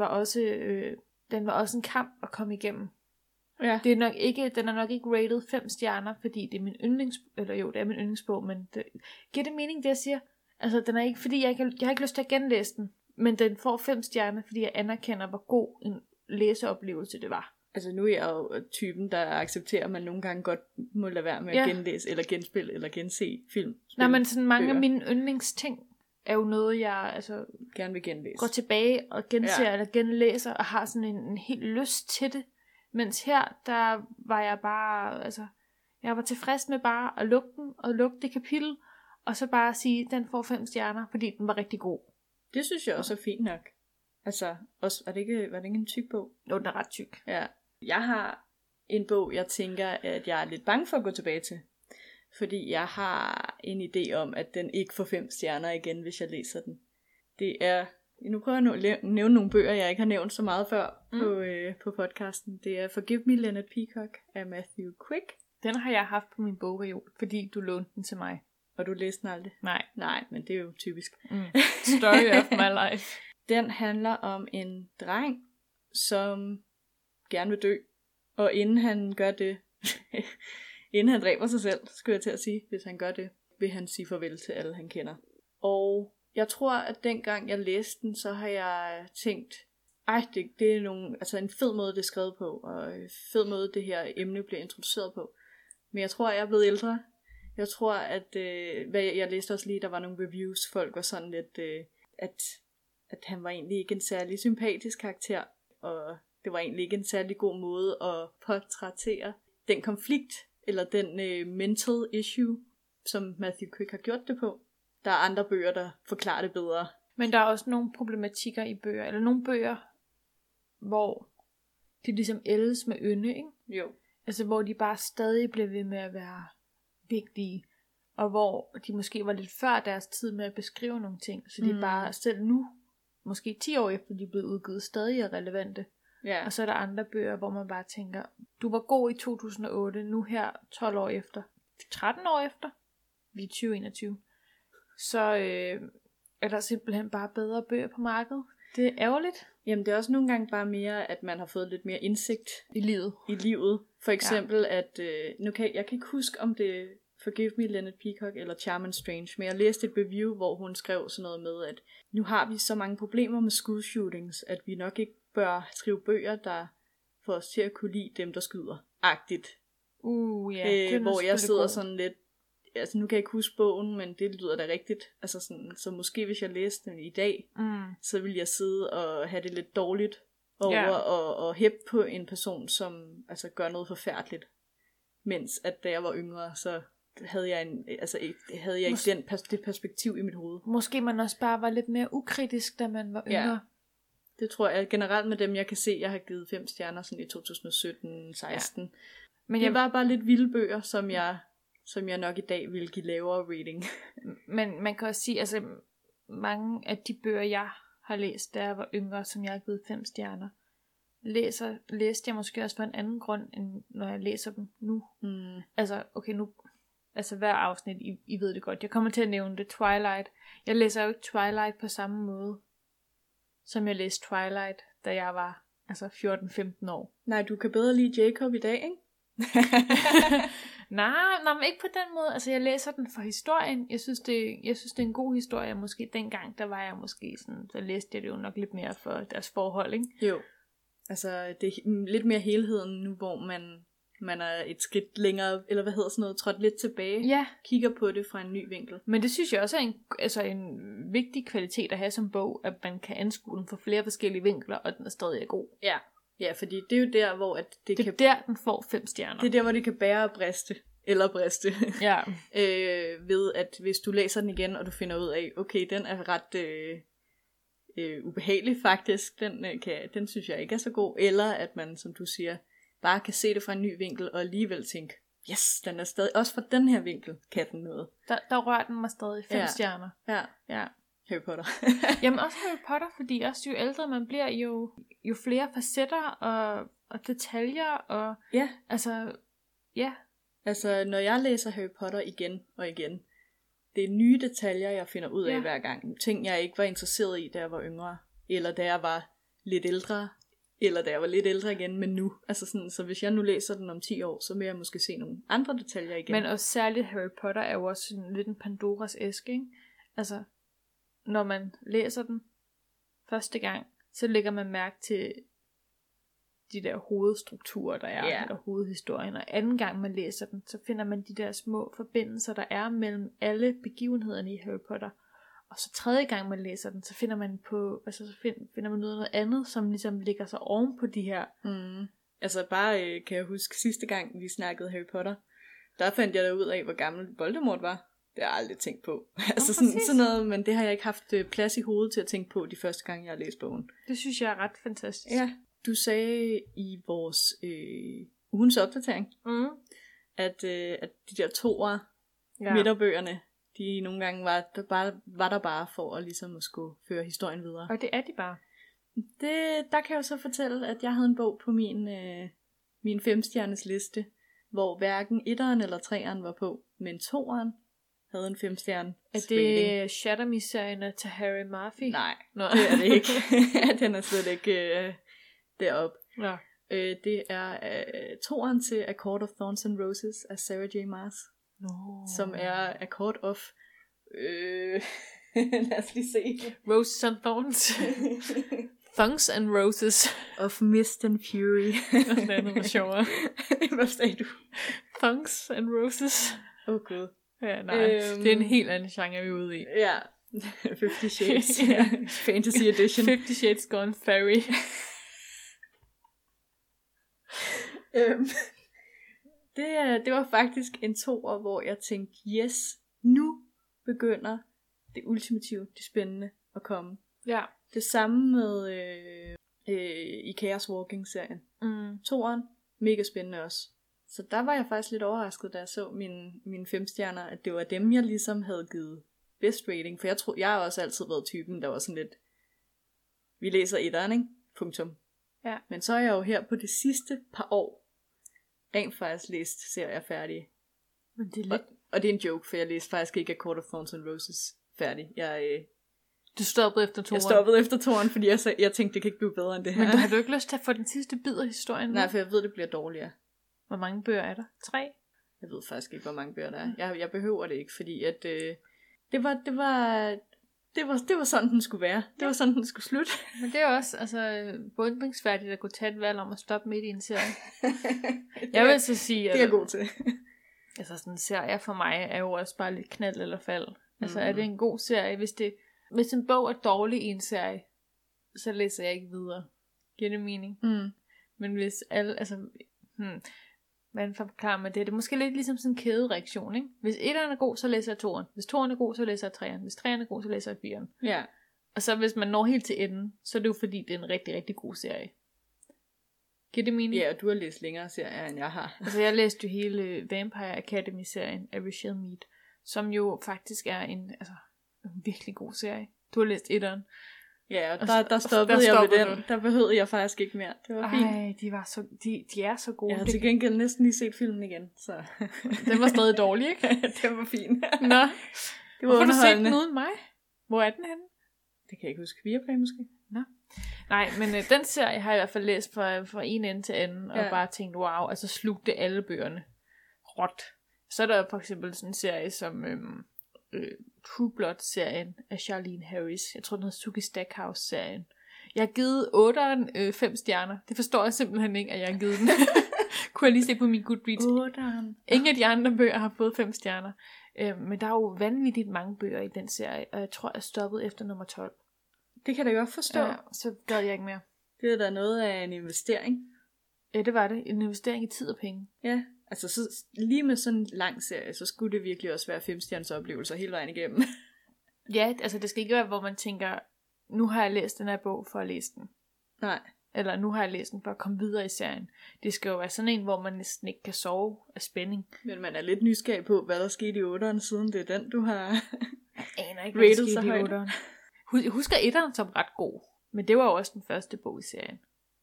også en kamp at komme igennem. Ja. Den er nok ikke rated 5 stjerner, fordi det er min det er min yndlingsbog, men giver det mening, det jeg siger? Altså den er ikke, fordi jeg har ikke lyst til at genlæse den, men den får 5 stjerner, fordi jeg anerkender, hvor god en læseoplevelse det var. Altså nu er jeg jo typen, der accepterer, at man nogle gange godt må lade være med at genlæse, eller genspille, eller gense film. Nej, men sådan mange af mine yndlingsting er jo noget, jeg gerne vil genlæse. Går tilbage og genser eller genlæser, og har sådan en helt lyst til det. Mens her, der var jeg bare, jeg var tilfreds med bare at lukke den, og lukke det kapitel, og så bare sige, den får 5 stjerner, fordi den var rigtig god. Det synes jeg også er fint nok. Altså, også, var det ikke en tyk bog? Jo, den er ret tyk. Ja. Jeg har en bog, jeg tænker, at jeg er lidt bange for at gå tilbage til. Fordi jeg har en idé om, at den ikke får 5 stjerner igen, hvis jeg læser den. Det er... Nu prøver jeg at nævne nogle bøger, jeg ikke har nævnt så meget før på podcasten. Det er Forgive Me, Leonard Peacock af Matthew Quick. Den har jeg haft på min bogreol, fordi du lånte den til mig. Og du læste den aldrig? Nej, men det er jo typisk. Story of my life. Den handler om en dreng, som gerne vil dø. Og inden han gør det, inden han dræber sig selv, skulle jeg til at sige, hvis han gør det, vil han sige farvel til alle, han kender. Og jeg tror, at dengang jeg læste den, så har jeg tænkt, det er en fed måde, det er skrevet på, og en fed måde, det her emne bliver introduceret på. Men jeg tror, at jeg er blevet ældre. Jeg tror, at jeg læste også lige, der var nogle reviews, folk var sådan lidt, at han var egentlig ikke en særlig sympatisk karakter, og det var egentlig ikke en særlig god måde at portrættere den konflikt, eller den mental issue, som Matthew Quick har gjort det på. Der er andre bøger, der forklarer det bedre. Men der er også nogle problematikker i bøger, eller nogle bøger, hvor de ligesom ældes med ynde, ikke? Jo. Altså hvor de bare stadig bliver ved med at være vigtige, og hvor de måske var lidt før deres tid med at beskrive nogle ting, så de bare selv nu, måske 10 år efter de er blevet udgivet, stadig er relevante. Ja. Og så er der andre bøger, hvor man bare tænker, du var god i 2008, nu her 12 år efter, 13 år efter, vi er 2021, så er der simpelthen bare bedre bøger på markedet. Det er ærgerligt. Jamen det er også nogle gange bare mere, at man har fået lidt mere indsigt i livet. For eksempel, at jeg kan ikke huske, om det Forgive Me, Leonard Peacock eller Charming Strange. Men jeg læste et review, hvor hun skrev sådan noget med, at nu har vi så mange problemer med school shootings, at vi nok ikke bør skrive bøger, der får os til at kunne lide dem, der skyder. Agtigt. Ja. Hvor jeg sidder sådan lidt, altså nu kan jeg ikke huske bogen, men det lyder da rigtigt. Altså sådan, så måske hvis jeg læste den i dag, så ville jeg sidde og have det lidt dårligt over og hæppe på en person, som altså gør noget forfærdeligt. Mens at da jeg var yngre, så havde jeg ikke det perspektiv i mit hoved. Måske man også bare var lidt mere ukritisk, da man var yngre. Ja. Det tror jeg generelt med dem, jeg kan se, jeg har givet 5 stjerner sådan i 2017-16. Ja. Men det var bare lidt vilde bøger, som jeg nok i dag ville give lavere rating. Men man kan også sige, altså mange af de bøger, jeg har læst, da jeg var yngre, som jeg har givet 5 stjerner, læste jeg måske også for en anden grund, end når jeg læser dem nu. Altså, okay, nu, altså hver afsnit, I ved det godt. Jeg kommer til at nævne det, Twilight. Jeg læser jo ikke Twilight på samme måde, som jeg læste Twilight, da jeg var 14-15 år. Nej, du kan bedre lide Jacob i dag, ikke? Nej, men ikke på den måde. Altså, jeg læser den for historien. Jeg synes, det er en god historie. Måske dengang, der var jeg måske sådan, så læste jeg det jo nok lidt mere for deres forhold, ikke? Jo. Altså, det er lidt mere helheden nu, hvor man er et skridt længere, eller hvad hedder sådan noget, trådt lidt tilbage. Ja. Kigger på det fra en ny vinkel. Men det synes jeg også er en vigtig kvalitet at have som bog, at man kan anskue den fra flere forskellige vinkler, og den er stadig god. Ja. Ja, fordi det er jo der, hvor der, den får 5 stjerner. Det er der, hvor det kan bære og briste. Eller briste. Ja. Ved at hvis du læser den igen, og du finder ud af, okay, den er ret ubehagelig faktisk. Den synes jeg ikke er så god. Eller at man, som du siger, bare kan se det fra en ny vinkel, og alligevel tænke, yes, den er stadig, også fra den her vinkel, kan den noget. Der rører den mig stadig 5 stjerner. Ja. Harry Potter. Jamen også Harry Potter, fordi også jo ældre man bliver, jo flere facetter og detaljer og Altså når jeg læser Harry Potter igen og igen, det er nye detaljer jeg finder ud af hver gang. Ting jeg ikke var interesseret i da jeg var yngre, eller da jeg var lidt ældre, eller da jeg var lidt ældre igen, men nu. Altså sådan, så hvis jeg nu læser den om 10 år, så vil jeg måske se nogle andre detaljer igen. Men også særligt Harry Potter er jo også sådan lidt en Pandoras æske, ikke? Altså når man læser den første gang, så lægger man mærke til de der hovedstrukturer, der er, eller hovedhistorien. Og anden gang man læser den, så finder man de der små forbindelser, der er mellem alle begivenhederne i Harry Potter. Og så tredje gang man læser den, så finder man finder man noget andet, som ligesom ligger sig oven på de her. Altså bare, kan jeg huske, sidste gang vi snakkede Harry Potter, der fandt jeg da ud af, hvor gammel Voldemort var. Det har jeg aldrig tænkt på. Altså sådan noget, men det har jeg ikke haft plads i hovedet til at tænke på de første gange, jeg har læst bogen. Det synes jeg er ret fantastisk. Ja, du sagde i vores ugens opdatering, at de der toer, midterbøgerne, de nogle gange var der bare for at ligesom at skulle føre historien videre. Og det er de bare. Der kan jeg jo så fortælle, at jeg havde en bog på min 5-stjernes liste, hvor hverken 1'eren eller 3'eren var på, men 2'eren havde en 5-stjerne. Er det Shatter Me-serien til Harry Murphy? Nej, det er det ikke. Den er slet ikke deroppe. Ja. Det er 2'eren til A Court of Thorns and Roses af Sarah J. Maas. Som er A Court of lad os lige se. Roses and Thorns. Thongs and Roses. Of Mist and Fury. Det er noget sjovere. Hvad sagde du? Thongs and Roses. Gud. Ja, nej. Det er en helt anden genre, vi er ude i. Ja. 50 Shades. Fantasy Edition. 50 Shades Gone Fairy. Det var faktisk en 2'er, hvor jeg tænkte, yes, nu begynder det ultimative, det spændende at komme. Ja. Det samme med i Chaos Walking-serien. 2'eren, mega spændende også. Så der var jeg faktisk lidt overrasket, da jeg så mine 5 stjerner, at det var dem, jeg ligesom havde givet best rating. For jeg har også altid været typen, der var sådan lidt, vi læser 1'eren, ikke? Punktum. Ja. Men så er jeg jo her på det sidste par år rent faktisk læst serier færdige. Men det er lidt... og det er en joke, for jeg læste faktisk ikke A Court of Thorns and Roses færdig. Du stoppede efter 2'eren? Jeg stoppede efter 2'eren, fordi jeg tænkte, det kan ikke blive bedre end det her. Men har du ikke lyst til at få den sidste bid af historien? Nej, for jeg ved, det bliver dårligere. Hvor mange bøger er der? 3? Jeg ved faktisk ikke, hvor mange bøger der er. Jeg behøver det ikke, fordi at det var sådan, den skulle være. Det var sådan, den skulle slutte. Men det er også beundringsværdigt at kunne tage et valg om at stoppe midt i en serie. Jeg vil så sige, det er jeg god til. Altså sådan en serie for mig er jo også bare lidt knald eller fald. Altså er det en god serie? Hvis en bog er dårlig i en serie, så læser jeg ikke videre. Giver det mening? Men hvis alle, hvordan forklarer man det? Det er måske lidt ligesom sådan en kædereaktion, ikke? Hvis etteren er god, så læser jeg toeren. Hvis toeren er god, så læser jeg treeren. Hvis treeren er god, så læser jeg fireren. Ja. Og så hvis man når helt til enden, så er det jo fordi, det er en rigtig, rigtig god serie. Giver det mening? Ja, og du har læst længere serier, end jeg har. Altså jeg læste jo hele Vampire Academy-serien af Rachel Mead, som jo faktisk er en virkelig god serie. Du har læst etteren. Ja, og der stoppede jeg ved den. Der behøvede jeg faktisk ikke mere. Det var fint. Ej, de er så gode. Jeg har til gengæld næsten lige set filmen igen. Så. Den var stadig dårlig, ikke? Den var fin. Nå. Det var underholdende. Hvorfor har du set den uden mig? Hvor er den henne? Det kan jeg ikke huske. Viaplay måske? Nå. Nej, men den serie har jeg i hvert fald læst fra en ende til anden, og bare tænkt, wow, altså slugte alle bøgerne råt. Så er der for eksempel sådan en serie som True Blood-serien af Charlene Harris. Jeg tror, den hedder Suki Stackhouse-serien. Jeg har givet 8'eren 5 stjerner. Det forstår jeg simpelthen ikke, at jeg har givet den. Kunne jeg lige se på min Goodreads. 8'eren. Ingen af de andre bøger har fået 5 stjerner. Men der er jo vanvittigt mange bøger i den serie, og jeg tror, jeg stoppede efter nummer 12. Det kan jeg da godt forstå. Ja, så gad jeg ikke mere. Det er da noget af en investering. Ja, det var det. En investering i tid og penge. Ja, altså så, lige med sådan en lang serie, så skulle det virkelig også være 5-stjerners oplevelser hele vejen igennem. Ja, altså det skal ikke være, hvor man tænker, nu har jeg læst den her bog for at læse den. Nej. Eller nu har jeg læst den for at komme videre i serien. Det skal jo være sådan en, hvor man næsten ikke kan sove af spænding. Men man er lidt nysgerrig på, hvad der skete i 8'eren, siden det er den, du har jeg aner ikke, hvad der skete i 8'eren. Jeg husker 1'eren som ret god, men det var jo også den første bog i serien.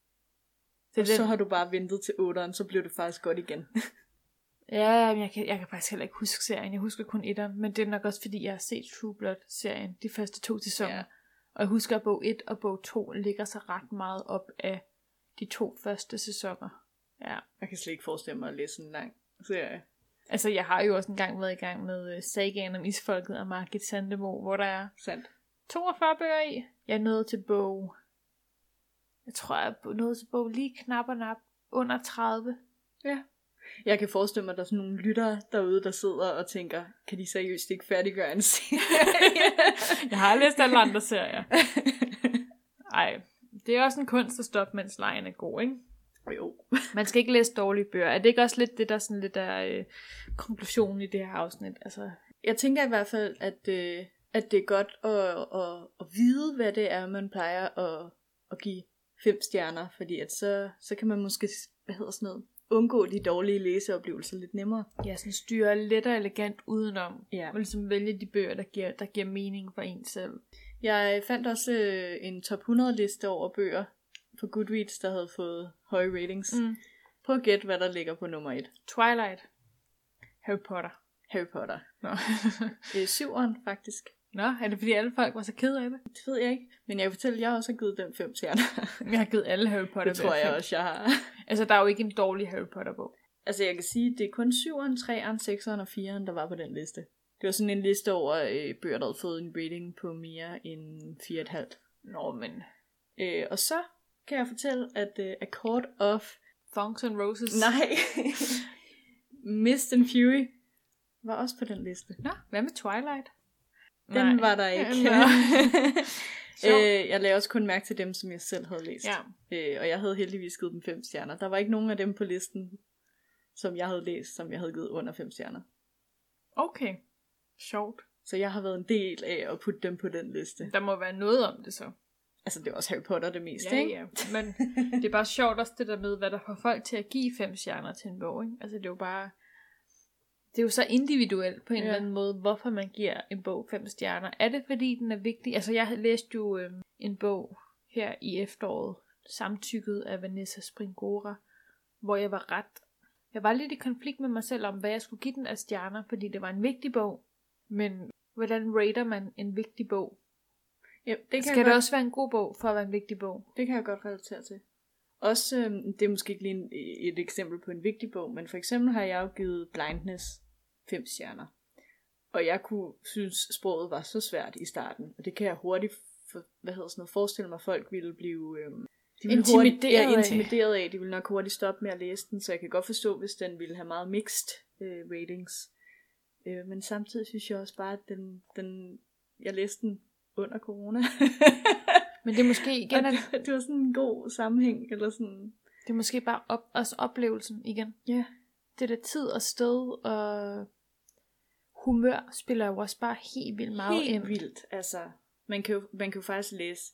Så har du bare ventet til 8'eren, så blev det faktisk godt igen. Ja, men jeg kan faktisk heller ikke huske serien. Jeg husker kun 1'eren, men det er nok også fordi, jeg har set True Blood-serien de første 2 sæsoner. Ja. Og jeg husker, at bog 1 og bog 2 ligger sig ret meget op af de 2 første sæsoner. Ja. Jeg kan slet ikke forestille mig at læse en lang serie. Altså, jeg har jo også engang været i gang med sagaen om Isfolket af Margit Sandemo, hvor der er 42 bøger i. Jeg nåede til bog... Jeg tror, jeg nåede til bog lige knap og nap under 30. Ja. Jeg kan forestille mig, at der er sådan nogle lyttere derude, der sidder og tænker, kan de seriøst ikke færdiggøre en serie? Jeg har læst alle andre serier. Ej, det er også en kunst at stoppe, mens lejen er god, ikke? Jo. Man skal ikke læse dårlige bøger. Er det ikke også lidt det, der sådan lidt er konklusionen i det her afsnit? Altså... Jeg tænker i hvert fald, at det er godt at vide, hvad det er, man plejer at give 5 stjerner, fordi at så kan man måske, undgå de dårlige læseoplevelser lidt nemmere. Ja, sådan styre let og elegant udenom. Ja. Og ligesom vælge de bøger, der giver mening for en selv. Jeg fandt også en top 100 liste over bøger på Goodreads, der havde fået høje ratings. Prøv at gætte, hvad der ligger på nummer 1. Twilight. Harry Potter. Nå. 7'eren faktisk. Nå, er det fordi alle folk var så kede af det? Det ved jeg ikke. Men jeg kan fortælle, at jeg også har givet dem 5 stjerner. Jeg har givet alle Harry Potter. Det tror jeg også, jeg har. Altså, der er jo ikke en dårlig Harry Potter-bog. Altså, jeg kan sige, at det er kun 7'eren, 3'eren, 6'eren og 4'eren, der var på den liste. Det var sådan en liste over bøger, der havde fået en rating på mere end 4,5. Nå, men... Og så kan jeg fortælle, at A Court of... Thorns and Roses. Nej. Mist and Fury var også på den liste. Nå, hvad med Twilight? Den var der ikke. Jeg lagde også kun mærke til dem, som jeg selv havde læst. Ja. Og jeg havde heldigvis givet dem 5 stjerner. Der var ikke nogen af dem på listen, som jeg havde læst, som jeg havde givet under 5 stjerner. Okay. Sjovt. Så jeg har været en del af at putte dem på den liste. Der må være noget om det så. Altså, det er også Harry Potter det meste, ja, ikke? Ja, men det er bare sjovt også det der med, hvad der får folk til at give 5 stjerner til en bog, ikke? Altså, det er jo bare... Det er jo så individuelt på en eller anden måde, hvorfor man giver en bog 5 stjerner. Er det fordi, den er vigtig? Altså, jeg læste jo en bog her i efteråret, samtykket af Vanessa Springora, hvor jeg var lidt i konflikt med mig selv om, hvad jeg skulle give den af stjerner, fordi det var en vigtig bog. Men hvordan rater man en vigtig bog? Ja, det skal det også være en god bog, for at være en vigtig bog? Det kan jeg godt relatere til. også, det er måske ikke lige et eksempel på en vigtig bog, men for eksempel har jeg jo givet Blindness 5 stjerner. Og jeg kunne synes, sproget var så svært i starten, og det kan jeg hurtigt forestille mig, folk ville blive intimideret af. De ville nok hurtigt stoppe med at læse den, så jeg kan godt forstå, hvis den ville have meget mixed ratings. Men samtidig synes jeg også bare, at jeg læste den under corona. Men det er måske igen... det var sådan en god sammenhæng, eller sådan... Det er måske bare også oplevelsen igen. Ja. Yeah. Det der tid og sted og humør spiller jo også bare helt vildt meget ind. Helt vildt, altså. Man kan jo faktisk læse...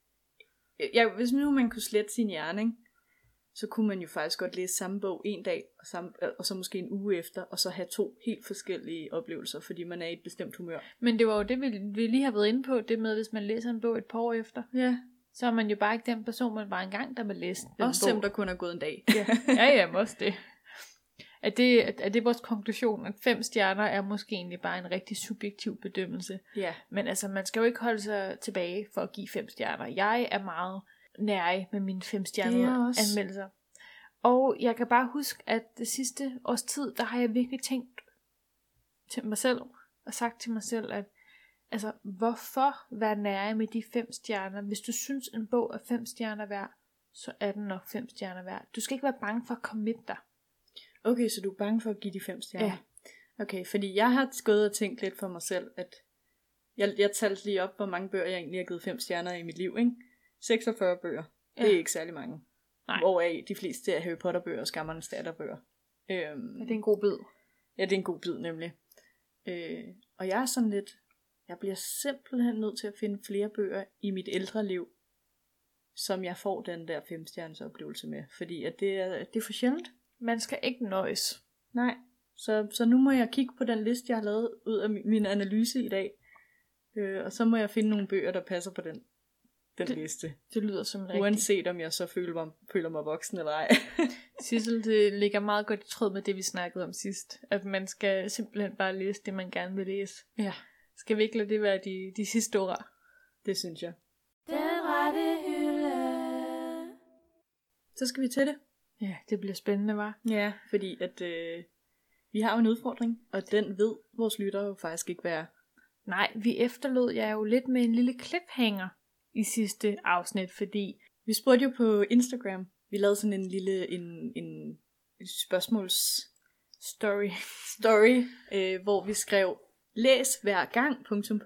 hvis nu man kunne slette sin hjerne, ikke? Så kunne man jo faktisk godt læse samme bog en dag, og så måske en uge efter, og så have 2 helt forskellige oplevelser, fordi man er i et bestemt humør. Men det var jo det, vi lige har været inde på, det med, hvis man læser en bog et par år efter. Ja. Så er man jo bare ikke den person, man var engang, der man læste den også bog. Selvom der kun er gået en dag. Ja, også det. Er det vores konklusion, at 5 stjerner er måske egentlig bare en rigtig subjektiv bedømmelse. Ja. Men altså, man skal jo ikke holde sig tilbage for at give 5 stjerner. Jeg er meget nærig med mine 5-stjernede anmeldelser. Og jeg kan bare huske, at det sidste års tid, der har jeg virkelig tænkt til mig selv, og sagt til mig selv, at altså, hvorfor være nærig med de 5 stjerner? Hvis du synes, en bog er 5 stjerner værd, så er den nok 5 stjerner værd. Du skal ikke være bange for at committe dig. Okay, så du er bange for at give de 5 stjerner? Ja. Okay, fordi jeg har gået og tænkt lidt for mig selv, at jeg talte lige op, hvor mange bøger jeg egentlig har givet 5 stjerner i mit liv, ikke? 46 bøger. Ja. Det er ikke særlig mange. Nej. Hvoraf de fleste er Harry Potter bøger og Skammernes Datter bøger. Ja, det er en god bid. Ja, det er en god bid nemlig. Og jeg er sådan lidt, jeg bliver simpelthen nødt til at finde flere bøger i mit ældre liv, som jeg får den der 5-stjerners oplevelse med. Fordi at det er for sjældent. Man skal ikke nøjes. Nej, så nu må jeg kigge på den liste, jeg har lavet ud af min analyse i dag. Og så må jeg finde nogle bøger, der passer på den liste. Det lyder som rigtigt. Uanset om jeg så føler mig voksen eller ej. Sissel, det ligger meget godt i tråd med det, vi snakkede om sidst. At man skal simpelthen bare læse det, man gerne vil læse. Ja. Skal vi ikke lade det være de sidste ord? Det synes jeg. Den rette hylde. Så skal vi til det. Ja, det bliver spændende, hva'? Ja, fordi at vi har jo en udfordring, og den ved vores lyttere jo faktisk ikke, hvad er. Nej, vi efterlod jer jo lidt med en lille cliffhanger i sidste afsnit, fordi vi spurgte jo på Instagram. Vi lavede sådan en lille en spørgsmålsstory, hvor vi skrev, læs hver gang, ...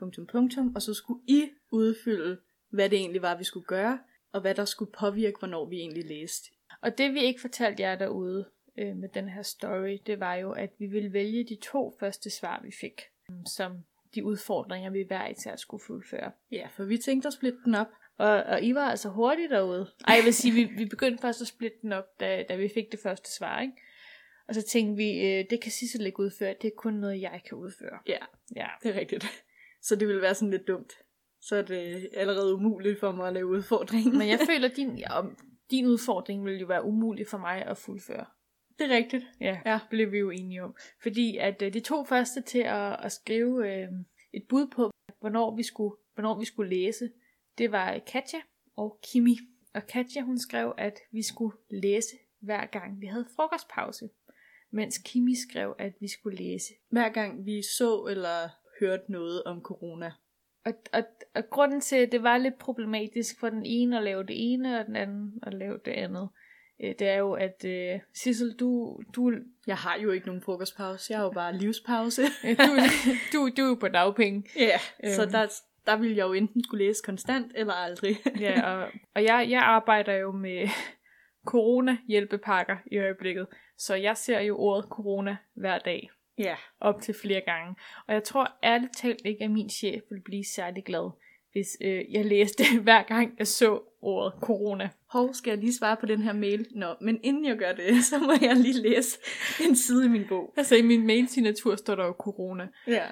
og så skulle I udfylde, hvad det egentlig var, vi skulle gøre, og hvad der skulle påvirke, hvornår vi egentlig læste. Og det vi ikke fortalte jer derude med den her story, det var jo, at vi ville vælge de 2 første svar, vi fik, som de udfordringer, vi hver især skulle fuldføre. Ja, for vi tænkte at splitte den op. Og I var altså hurtigt derude. Ej, jeg vil sige, vi begyndte først at splitte den op, da vi fik det første svar, ikke? Og så tænkte vi, det kan Sissel ikke udføre, det er kun noget, jeg kan udføre. Ja, det er rigtigt. Så det ville være sådan lidt dumt. Så er det allerede umuligt for mig at lave udfordringen. Men jeg føler, din udfordring ville jo være umulig for mig at fuldføre. Det er rigtigt. Ja, blev vi jo enige om. Fordi at de 2 første til at skrive et bud på, hvornår vi skulle læse, det var Katja og Kimi. Og Katja, hun skrev, at vi skulle læse hver gang vi havde frokostpause. Mens Kimi skrev, at vi skulle læse hver gang vi så eller hørte noget om corona. Og grunden til, at det var lidt problematisk for den ene at lave det ene, og den anden at lave det andet, det er jo, at Sissel, du... Jeg har jo ikke nogen frokostpause, jeg har jo bare livspause. du er jo på dagpenge. Ja, så der ville jeg jo enten skulle læse konstant, eller aldrig. Ja, og jeg arbejder jo med corona-hjælpepakker i øjeblikket, så jeg ser jo ordet corona hver dag. Ja. Op til flere gange. Og jeg tror ærligt talt ikke, at min chef ville blive særlig glad, hvis jeg læste hver gang jeg så ordet corona. Skal jeg lige svare på den her mail? Nå, men inden jeg gør det, så må jeg lige læse en side i min bog. Altså i min mail-signatur står der jo corona. Ja.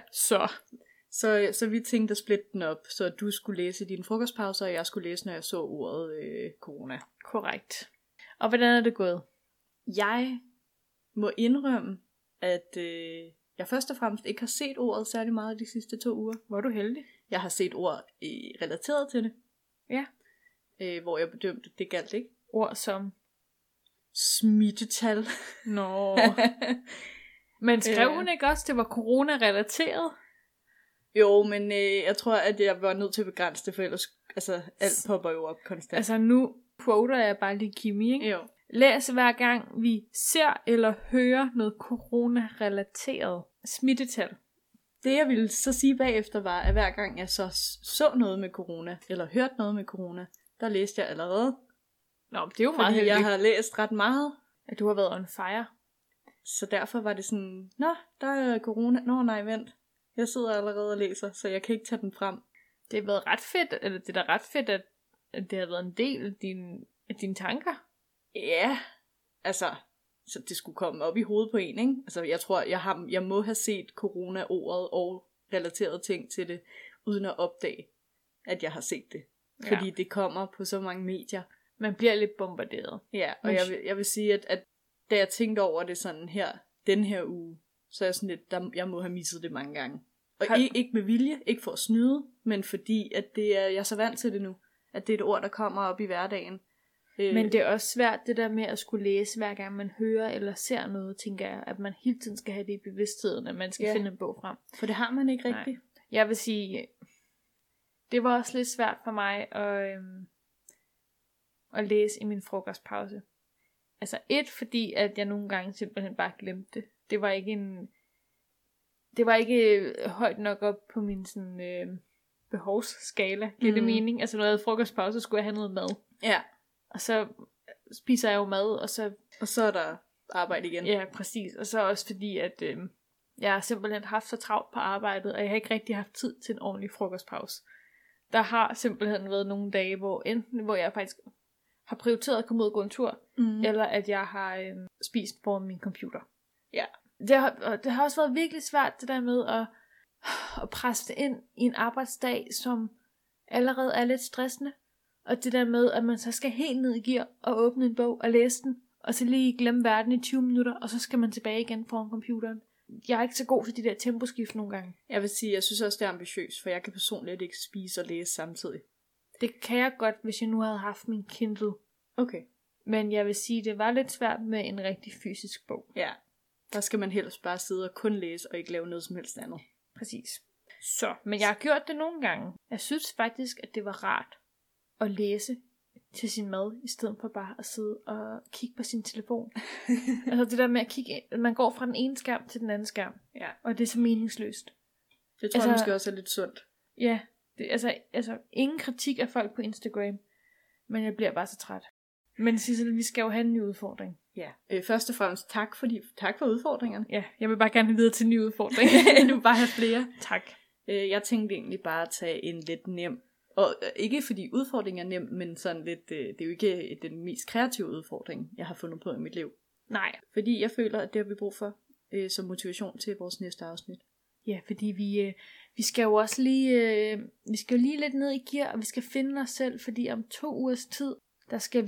Så vi tænkte at splitte den op, så du skulle læse din frokostpause, og jeg skulle læse, når jeg så ordet corona. Korrekt. Og hvordan er det gået? Jeg må indrømme, at jeg først og fremmest ikke har set ordet særlig meget de sidste 2 uger. Var du heldig? Jeg har set ord relateret til det. Ja. Hvor jeg bedømte, det galt ikke. Ord som smittetal. Nå. Men skrev hun ikke også, det var corona-relateret? Jo, men jeg tror, at jeg var nødt til at begrænse det, for ellers alt popper jo op konstant. Altså nu quoter jeg bare lige Kimi, ikke? Jo. Læs hver gang vi ser eller hører noget corona-relateret smittetal. Det jeg ville så sige bagefter var, at hver gang jeg så noget med corona, eller hørte noget med corona, der læste jeg allerede. Nå, det er jo meget fordi heldigt. jeg har læst ret meget. At du har været on fire. Så derfor var det sådan, nå, der er corona. Nå nej, vent. Jeg sidder allerede og læser, så jeg kan ikke tage den frem. Det har været ret fedt, eller det er da ret fedt, at det har været en del af dine tanker. Ja, altså, så det skulle komme op i hovedet på en, ikke? Altså, jeg tror, jeg må have set corona-ordet og relaterede ting til det, uden at opdage, at jeg har set det. Fordi det kommer på så mange medier. Man bliver lidt bombarderet. Ja, og jeg vil sige, at da jeg tænkte over det sådan her, den her uge, så er jeg sådan lidt, jeg må have misset det mange gange. Og ikke med vilje, ikke for at snyde, men fordi, at jeg er så vant til det nu. At det er et ord, der kommer op i hverdagen. Men det er også svært, det der med at skulle læse, hver gang man hører eller ser noget, tænker jeg, at man hele tiden skal have det i bevidstheden, at man skal finde en bog frem. For det har man ikke rigtigt. Nej. Jeg vil sige, det var også lidt svært for mig at læse i min frokostpause. Altså fordi at jeg nogle gange simpelthen bare glemte det. Det var ikke højt nok op på min sådan behovsskala, giver det mening. Altså når jeg havde frokostpause, skulle jeg have noget mad. Ja. Og så spiser jeg jo mad, og så er der arbejde igen. Ja, præcis. Og så også fordi, at jeg har simpelthen haft så travlt på arbejdet, og jeg har ikke rigtig haft tid til en ordentlig frokostpause. Der har simpelthen været nogle dage, hvor jeg faktisk har prioriteret at komme ud og gå en tur, eller at jeg har spist foran min computer. Ja. Det har også været virkelig svært, det der med at presse det ind i en arbejdsdag, som allerede er lidt stressende. Og det der med, at man så skal helt ned i gear og åbne en bog og læse den, og så lige glemme verden i 20 minutter, og så skal man tilbage igen foran computeren. Jeg er ikke så god til de der temposkift nogle gange. Jeg vil sige, jeg synes også, det er ambitiøst, for jeg kan personligt ikke spise og læse samtidig. Det kan jeg godt, hvis jeg nu havde haft min Kindle. Okay. Men jeg vil sige, det var lidt svært med en rigtig fysisk bog. Ja, der skal man helst bare sidde og kun læse, og ikke lave noget som helst andet. Præcis. Så, men jeg har gjort det nogle gange. Jeg synes faktisk, at det var rart at læse til sin mad, i stedet for bare at sidde og kigge på sin telefon. Altså det der med at kigge, man går fra den ene skærm til den anden skærm. Ja. Og det er så meningsløst. Det tror jeg måske også er lidt sundt. Ja, altså ingen kritik af folk på Instagram, men jeg bliver bare så træt. Men Sissel, vi skal jo have en ny udfordring. Ja. Først og fremmest tak for udfordringerne. Ja, jeg vil bare gerne videre til en ny udfordring. Du vil bare have flere. Tak. Jeg tænkte egentlig bare at tage en lidt nem, og ikke fordi udfordringen er nem, men sådan lidt, det er jo ikke den mest kreative udfordring, jeg har fundet på i mit liv. Nej. Fordi jeg føler, at det har vi brug for som motivation til vores næste afsnit. Ja, fordi vi skal jo også lige, vi skal jo lige lidt ned i gear, og vi skal finde os selv, fordi om 2 ugers tid, der skal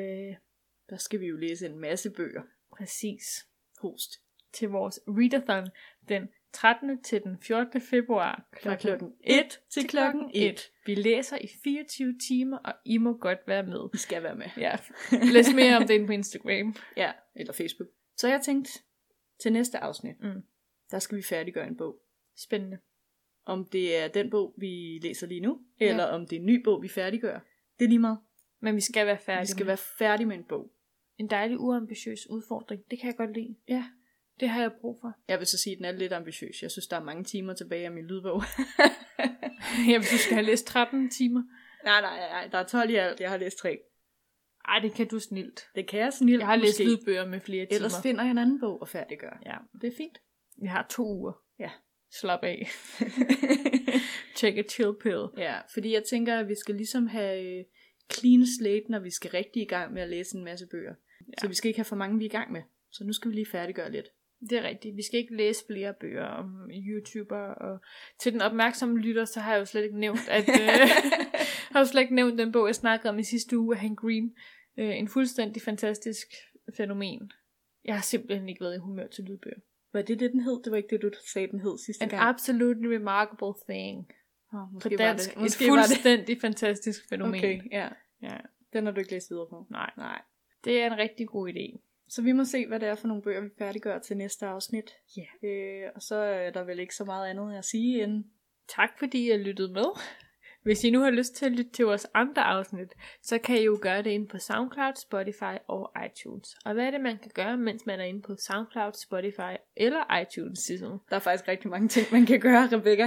vi jo læse en masse bøger. Præcis. Host. Til vores readathon den 13. til den 14. februar fra klokken 1 til klokken 1. Vi læser i 24 timer, og I må godt være med. I skal være med. Ja. Læs mere om det inde på Instagram. Ja, eller Facebook. Så jeg tænkte, til næste afsnit, der skal vi færdiggøre en bog. Spændende. Om det er den bog, vi læser lige nu, eller om det er en ny bog, vi færdiggør. Det er lige meget. Men vi skal være færdige. Vi skal være færdige med en bog. En dejlig uambitiøs udfordring. Det kan jeg godt lide. Ja. Det har jeg brug for. Jeg vil så sige, at den er lidt ambitiøs. Jeg synes, der er mange timer tilbage af min lydbog. Jamen, du skal have læst 13 timer. Nej, der er 12 i alt. Jeg har læst 3. Ej, det kan du snilt. Det kan jeg snilt. Jeg har læst lydbøger med flere timer. Ellers finder jeg en anden bog og færdiggør. Ja. Det er fint. Vi har 2 uger. Ja. Slap af. Take a chill pill. Ja, fordi jeg tænker, at vi skal ligesom have clean slate, når vi skal rigtig i gang med at læse en masse bøger. Ja. Så vi skal ikke have for mange, vi er i gang med. Så nu skal vi lige færdiggøre lidt. Det er rigtigt. Vi skal ikke læse flere bøger om YouTuber. Og til den opmærksomme lytter, så har jeg jo slet ikke nævnt, den bog, jeg snakkede om i sidste uge af Hank Green. En fuldstændig fantastisk fænomen. Jeg har simpelthen ikke været i humør til lydbøger. Var det den hed? Det var ikke det, du sagde, den hed sidste gang. An absolutely remarkable thing. Måske på dansk. Måske et fuldstændig fantastisk fænomen. Okay, ja. Den har du ikke læst videre på? Nej. Det er en rigtig god idé. Så vi må se, hvad det er for nogle bøger, vi færdiggør til næste afsnit. Og så er der vel ikke så meget andet at sige end... Tak fordi I lyttede med. Hvis I nu har lyst til at lytte til vores andre afsnit, så kan I jo gøre det inde på SoundCloud, Spotify og iTunes. Og hvad er det, man kan gøre, mens man er inde på SoundCloud, Spotify eller iTunes? Sissel? Der er faktisk rigtig mange ting, man kan gøre, Rebecca.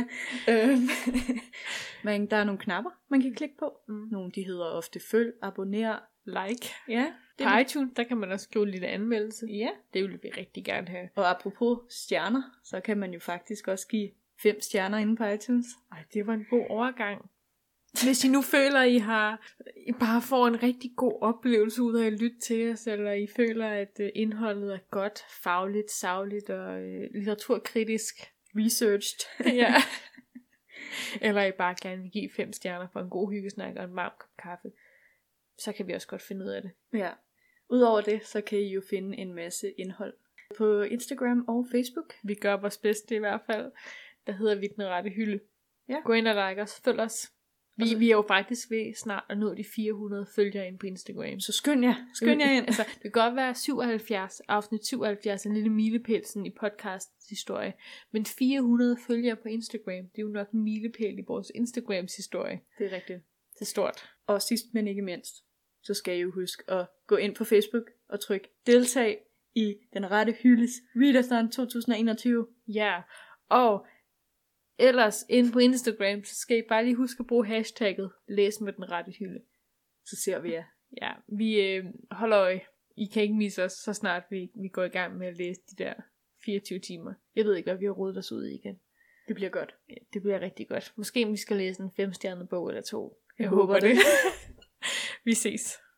Men der er nogle knapper, man kan klikke på. Nogle, de hedder ofte følg, abonner, like. Ja. På iTunes, der kan man også skrive en lille anmeldelse. Ja. Det vil vi rigtig gerne have. Og apropos stjerner, så kan man jo faktisk også give 5 stjerner inde på iTunes. Ej, det var en god overgang. Hvis I nu føler, at I bare får en rigtig god oplevelse ud af at lytte til os, eller I føler, at indholdet er godt, fagligt, sagligt og litteraturkritisk researched, ja. Eller I bare gerne vil give 5 stjerner for en god hyggesnak og en varm kop kaffe, så kan vi også godt finde ud af det. Ja. Udover det, så kan I jo finde en masse indhold på Instagram og Facebook. Vi gør vores bedste i hvert fald. Der hedder vi Den Rette Hylde. Ja. Gå ind og like os, følg os. Vi er jo faktisk ved snart at nå de 400 følgere ind på Instagram. Så skynd jer ind. Altså, det kan godt være 77, afsnit 77, en lille milepæl sådan i podcastens historie. Men 400 følgere på Instagram, det er jo nok en milepæl i vores Instagrams historie. Det er rigtigt. Det er stort. Og sidst men ikke mindst, så skal I jo huske at gå ind på Facebook og trykke deltag i Den Rette Hyldes Readathon 2021. Ja, og ellers inde på Instagram, så skal I bare lige huske at bruge hashtagget Læs med Den Rette Hylde. Så ser vi jer. Ja, vi holder øje. I kan ikke misse os, så snart vi går i gang med at læse de der 24 timer. Jeg ved ikke, hvad vi har rodet os ud i igen. Det bliver godt. Ja, det bliver rigtig godt. Måske vi skal læse en 5-stjernet bog eller 2. Jeg håber det. Vi ses.